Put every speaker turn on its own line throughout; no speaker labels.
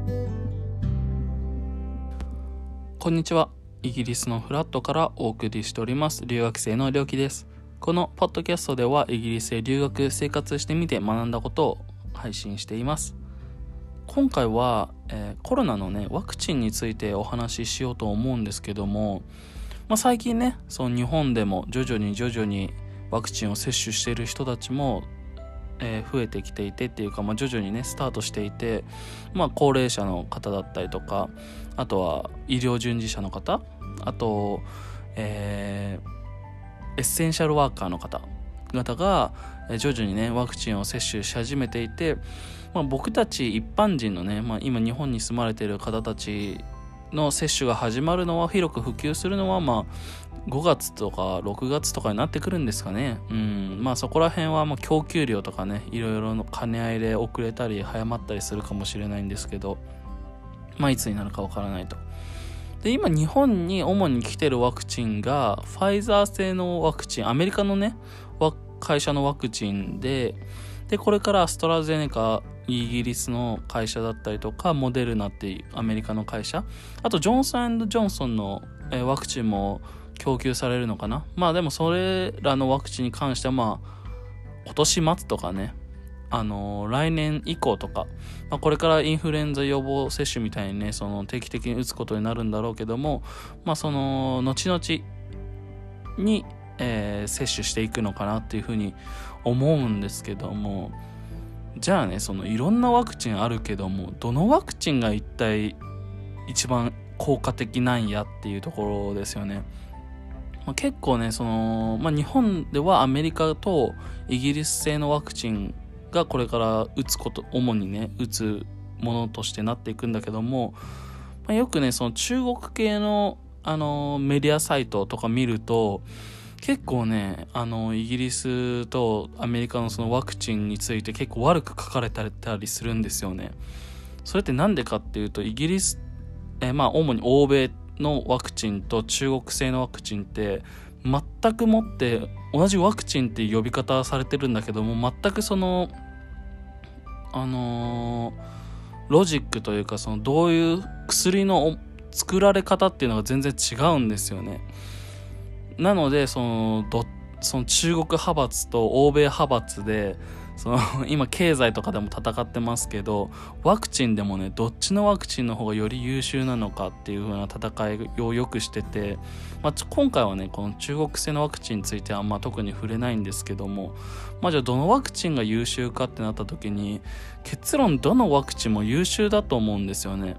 こんにちは。イギリスのフラットからお送りしております留学生のりょうきです。このポッドキャストではイギリスへ留学生活してみて学んだことを配信しています。今回は、コロナのねワクチンについてお話ししようと思うんですけども、最近ねその日本でも徐々にワクチンを接種している人たちも増えてきていてっていうか、徐々にねスタートしていて、高齢者の方だったりとか、あとは医療従事者の方、あと、エッセンシャルワーカーの方々が徐々にねワクチンを接種し始めていて、僕たち一般人のね、今日本に住まれている方たちの接種が始まるのは、広く普及するのは5月とか6月とかになってくるんですかね。そこら辺は供給量とかねいろいろの兼ね合いで遅れたり早まったりするかもしれないんですけど、いつになるかわからないと。で、今日本に主に来てるワクチンがファイザー製のワクチン、アメリカのね会社のワクチンで、これからアストラゼネカイギリスの会社だったりとか、モデルナっていうアメリカの会社、あとジョンソン&ジョンソンのワクチンも供給されるのかな。でもそれらのワクチンに関しては今年末とかね、来年以降とか、これからインフルエンザ予防接種みたいにねその定期的に打つことになるんだろうけども、その後々に、接種していくのかなっていうふうに思うんですけども、じゃあねそのいろんなワクチンあるけども、どのワクチンが一体一番効果的なんやっていうところですよね。結構ねその、日本ではアメリカとイギリス製のワクチンがこれから主にね打つものとしてなっていくんだけども、よくねその中国系のメディアサイトとか見ると、結構ねイギリスとアメリカのそのワクチンについて結構悪く書かれたりするんですよね。それってなんでかっていうと、イギリス主に欧米のワクチンと中国製のワクチンって全くもって同じワクチンっていう呼び方されてるんだけども、全くそのロジックというか、そのどういう薬の作られ方っていうのが全然違うんですよね。なのでその中国派閥と欧米派閥で今経済とかでも戦ってますけど、ワクチンでもねどっちのワクチンの方がより優秀なのかっていう風な戦いをよくしてて、今回はねこの中国製のワクチンについては特に触れないんですけども、じゃあどのワクチンが優秀かってなった時に、結論どのワクチンも優秀だと思うんですよね。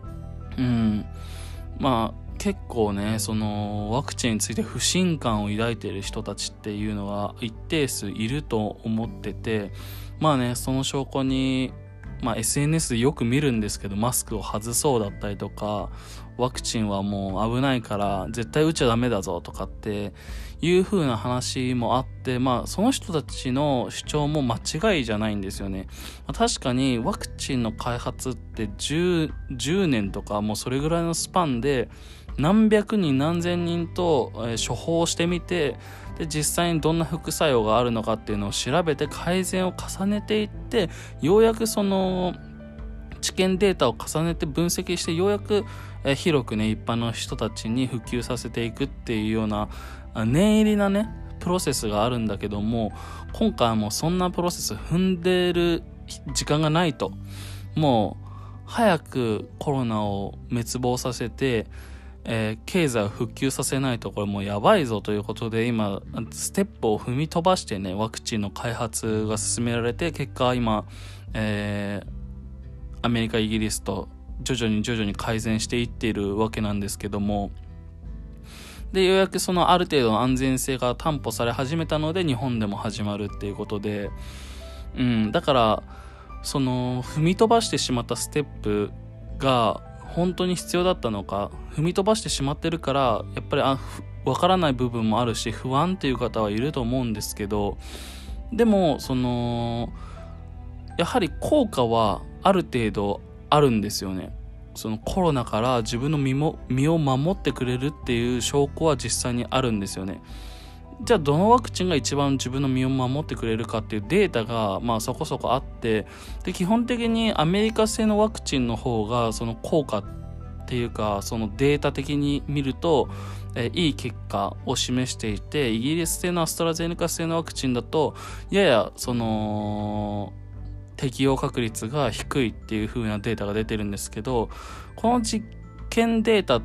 結構ねそのワクチンについて不信感を抱いている人たちっていうのは一定数いると思ってて、その証拠にSNS でよく見るんですけど、マスクを外そうだったりとか、ワクチンはもう危ないから絶対打っちゃダメだぞとかっていう風な話もあって、その人たちの主張も間違いじゃないんですよね。確かにワクチンの開発って10年とかもうそれぐらいのスパンで何百人何千人と、処方してみて、で実際にどんな副作用があるのかっていうのを調べて改善を重ねていって、ようやくその知見データを重ねて分析して、ようやく広くね一般の人たちに普及させていくっていうような念入りなねプロセスがあるんだけども、今回はもうそんなプロセス踏んでる時間がないと、もう早くコロナを滅亡させて、経済を復旧させないとこれもうやばいぞということで、今ステップを踏み飛ばしてねワクチンの開発が進められて、結果今、アメリカイギリスと徐々に改善していっているわけなんですけども、でようやくそのある程度の安全性が担保され始めたので日本でも始まるっていうことで、だからその踏み飛ばしてしまったステップが本当に必要だったのか、踏み飛ばしてしまってるからやっぱりわからない部分もあるし、不安っていう方はいると思うんですけど、でもそのやはり効果はある程度あるんですよね。そのコロナから自分の身を守ってくれるっていう証拠は実際にあるんですよね。 じゃあどのワクチンが一番自分の身を守ってくれるかっていうデータがそこそこあって、で基本的にアメリカ製のワクチンの方がその効果っていうか、そのデータ的に見ると、いい結果を示していて、イギリス製のアストラゼネカ製のワクチンだとややその適用確率が低いっていう風なデータが出てるんですけど、この実験データって、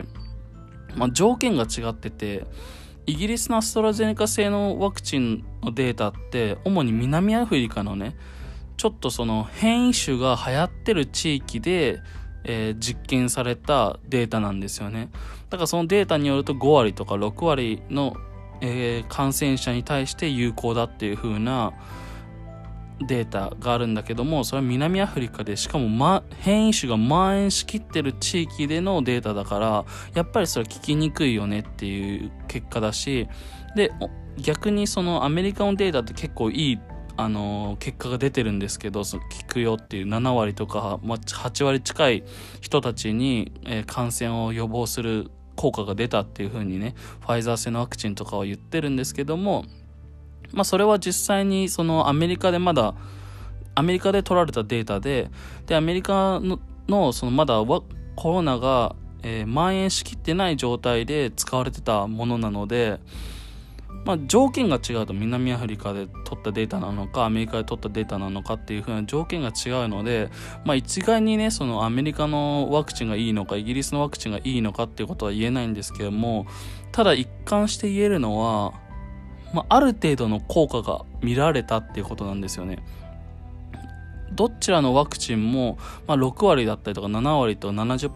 条件が違ってて、イギリスのアストラゼネカ製のワクチンのデータって主に南アフリカのね、ちょっとその変異種が流行ってる地域で、実験されたデータなんですよね。だからそのデータによると5割とか6割の、感染者に対して有効だっていう風なデータがあるんだけども、それは南アフリカで、しかも、変異種が蔓延しきってる地域でのデータだから、やっぱりそれは聞きにくいよねっていう結果だし、で逆にそのアメリカのデータって結構いい結果が出てるんですけど、その効くよっていう7割とか、8割近い人たちに、感染を予防する効果が出たっていう風にね、ファイザー製のワクチンとかは言ってるんですけども、それは実際にそのアメリカで取られたデータで、アメリカのそのまだコロナが、蔓延しきってない状態で使われてたものなので、条件が違うと、南アフリカで取ったデータなのかアメリカで取ったデータなのかっていう風な条件が違うので、一概にね、そのアメリカのワクチンがいいのかイギリスのワクチンがいいのかっていうことは言えないんですけども、ただ一貫して言えるのは、ある程度の効果が見られたっていうことなんですよね。どちらのワクチンも、6割だったりとか7割と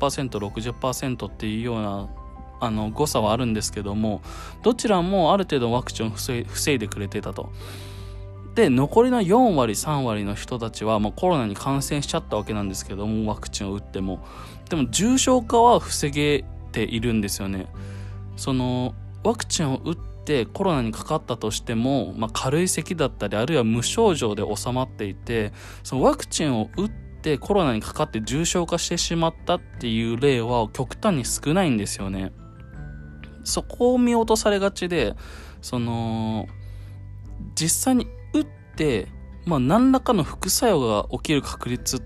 70%、60% っていうような誤差はあるんですけども、どちらもある程度ワクチンを防いでくれてたと。で残りの4割3割の人たちは、コロナに感染しちゃったわけなんですけども、ワクチンを打ってもでも重症化は防げているんですよね。そのワクチンを打ってコロナにかかったとしても、軽い咳だったりあるいは無症状で収まっていて、そのワクチンを打ってコロナにかかって重症化してしまったっていう例は極端に少ないんですよね。そこを見落とされがちで、その実際に打って、何らかの副作用が起きる確率って、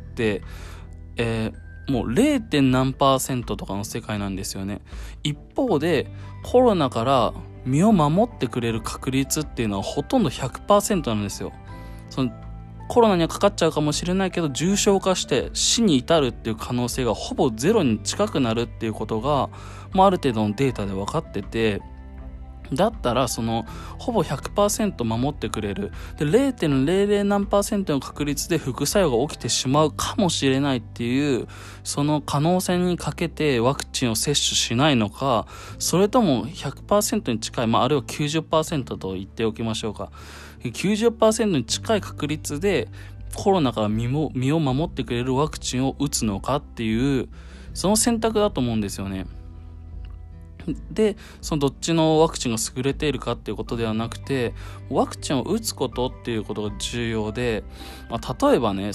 もう 0. 何%とかの世界なんですよね。一方でコロナから身を守ってくれる確率っていうのはほとんど 100% なんですよ。そのコロナにはかかっちゃうかもしれないけど、重症化して死に至るっていう可能性がほぼゼロに近くなるっていうことが、ある程度のデータで分かってて、だったらそのほぼ 100% 守ってくれるで 0.00 何%の確率で副作用が起きてしまうかもしれないっていう、その可能性にかけてワクチンを接種しないのか、それとも 100% に近い、あるいは 90% と言っておきましょうか、90% に近い確率でコロナから身を守ってくれるワクチンを打つのかっていう、その選択だと思うんですよね。でそのどっちのワクチンが優れているかっていうことではなくて、ワクチンを打つことっていうことが重要で、例えばね、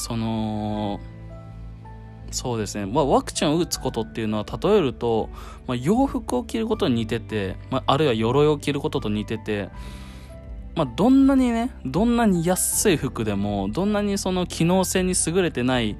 そうですね、ワクチンを打つことっていうのは例えると、洋服を着ることに似てて、あるいは鎧を着ることと似てて、どんなに安い服でも、どんなにその機能性に優れてない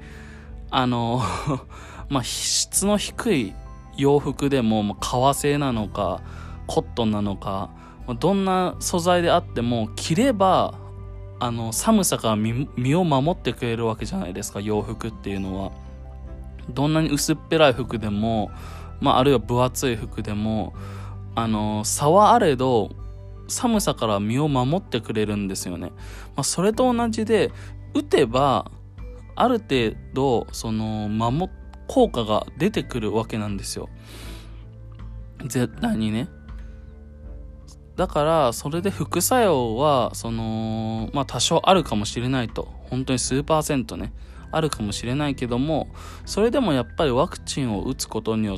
質の低い洋服でも、革製なのかコットンなのか、どんな素材であっても着れば寒さから身を守ってくれるわけじゃないですか。洋服っていうのはどんなに薄っぺらい服でも、あるいは分厚い服でも差はあれど寒さから身を守ってくれるんですよね。それと同じで、打てばある程度効果が出てくるわけなんですよ、絶対にね。だからそれで副作用は多少あるかもしれないと、本当に数%ねあるかもしれないけども、それでもやっぱりワクチンを打つことによって、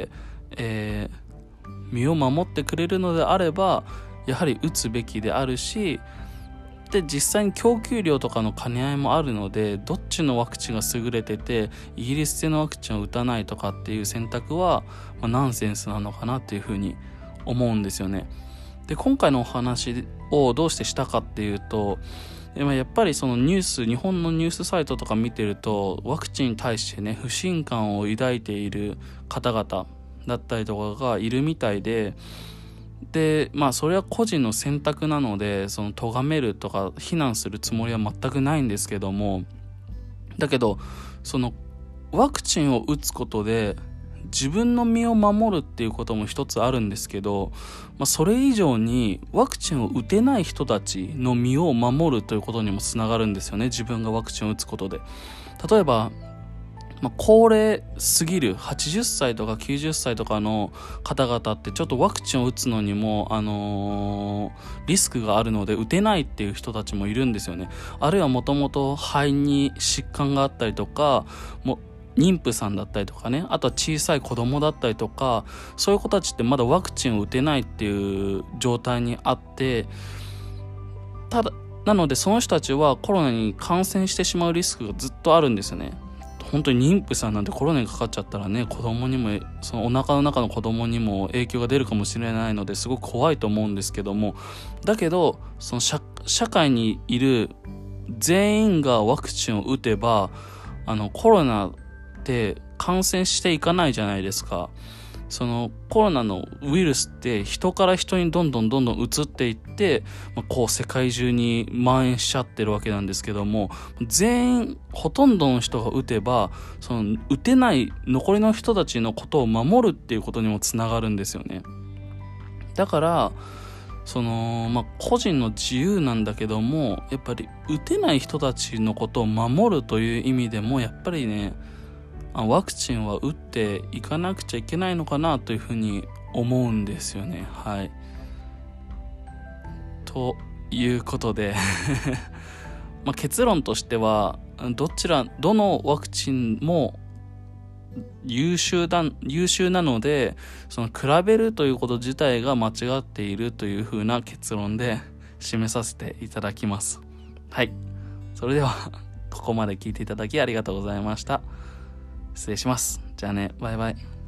身を守ってくれるのであればやはり打つべきであるし、で実際に供給量とかの兼ね合いもあるので、どっちのワクチンが優れててイギリス製のワクチンを打たないとかっていう選択は、ナンセンスなのかなっていうふうに思うんですよね。 で、今回のお話をどうしてしたかっていうと、やっぱりその日本のニュースサイトとか見てると、ワクチンに対してね、不信感を抱いている方々だったりとかがいるみたいで、それは個人の選択なので、その咎めるとか非難するつもりは全くないんですけども、だけどそのワクチンを打つことで自分の身を守るっていうことも一つあるんですけど、それ以上にワクチンを打てない人たちの身を守るということにもつながるんですよね。自分がワクチンを打つことで、例えば高齢すぎる80歳とか90歳とかの方々ってちょっとワクチンを打つのにも、リスクがあるので打てないっていう人たちもいるんですよね。あるいはもともと肺に疾患があったりとか、妊婦さんだったりとかね、あとは小さい子供だったりとか、そういう子たちってまだワクチンを打てないっていう状態にあって、なのでその人たちはコロナに感染してしまうリスクがずっとあるんですよね。本当に妊婦さんなんてコロナにかかっちゃったらね、子供にも、そのお腹の中の子供にも影響が出るかもしれないので、すごく怖いと思うんですけども、だけどその社会にいる全員がワクチンを打てば、コロナって感染していかないじゃないですか。そのコロナのウイルスって人から人にどんどん移っていって、こう世界中に蔓延しちゃってるわけなんですけども、ほとんどの人が打てば、その打てない残りの人たちのことを守るっていうことにもつながるんですよね。だからその個人の自由なんだけども、やっぱり打てない人たちのことを守るという意味でも、やっぱりね、ワクチンは打っていかなくちゃいけないのかなというふうに思うんですよね。はい。ということで結論としては、どのワクチンも優秀なので、その比べるということ自体が間違っているというふうな結論で締めさせていただきます。はい。それではここまで聞いていただきありがとうございました。失礼します。じゃあね、バイバイ。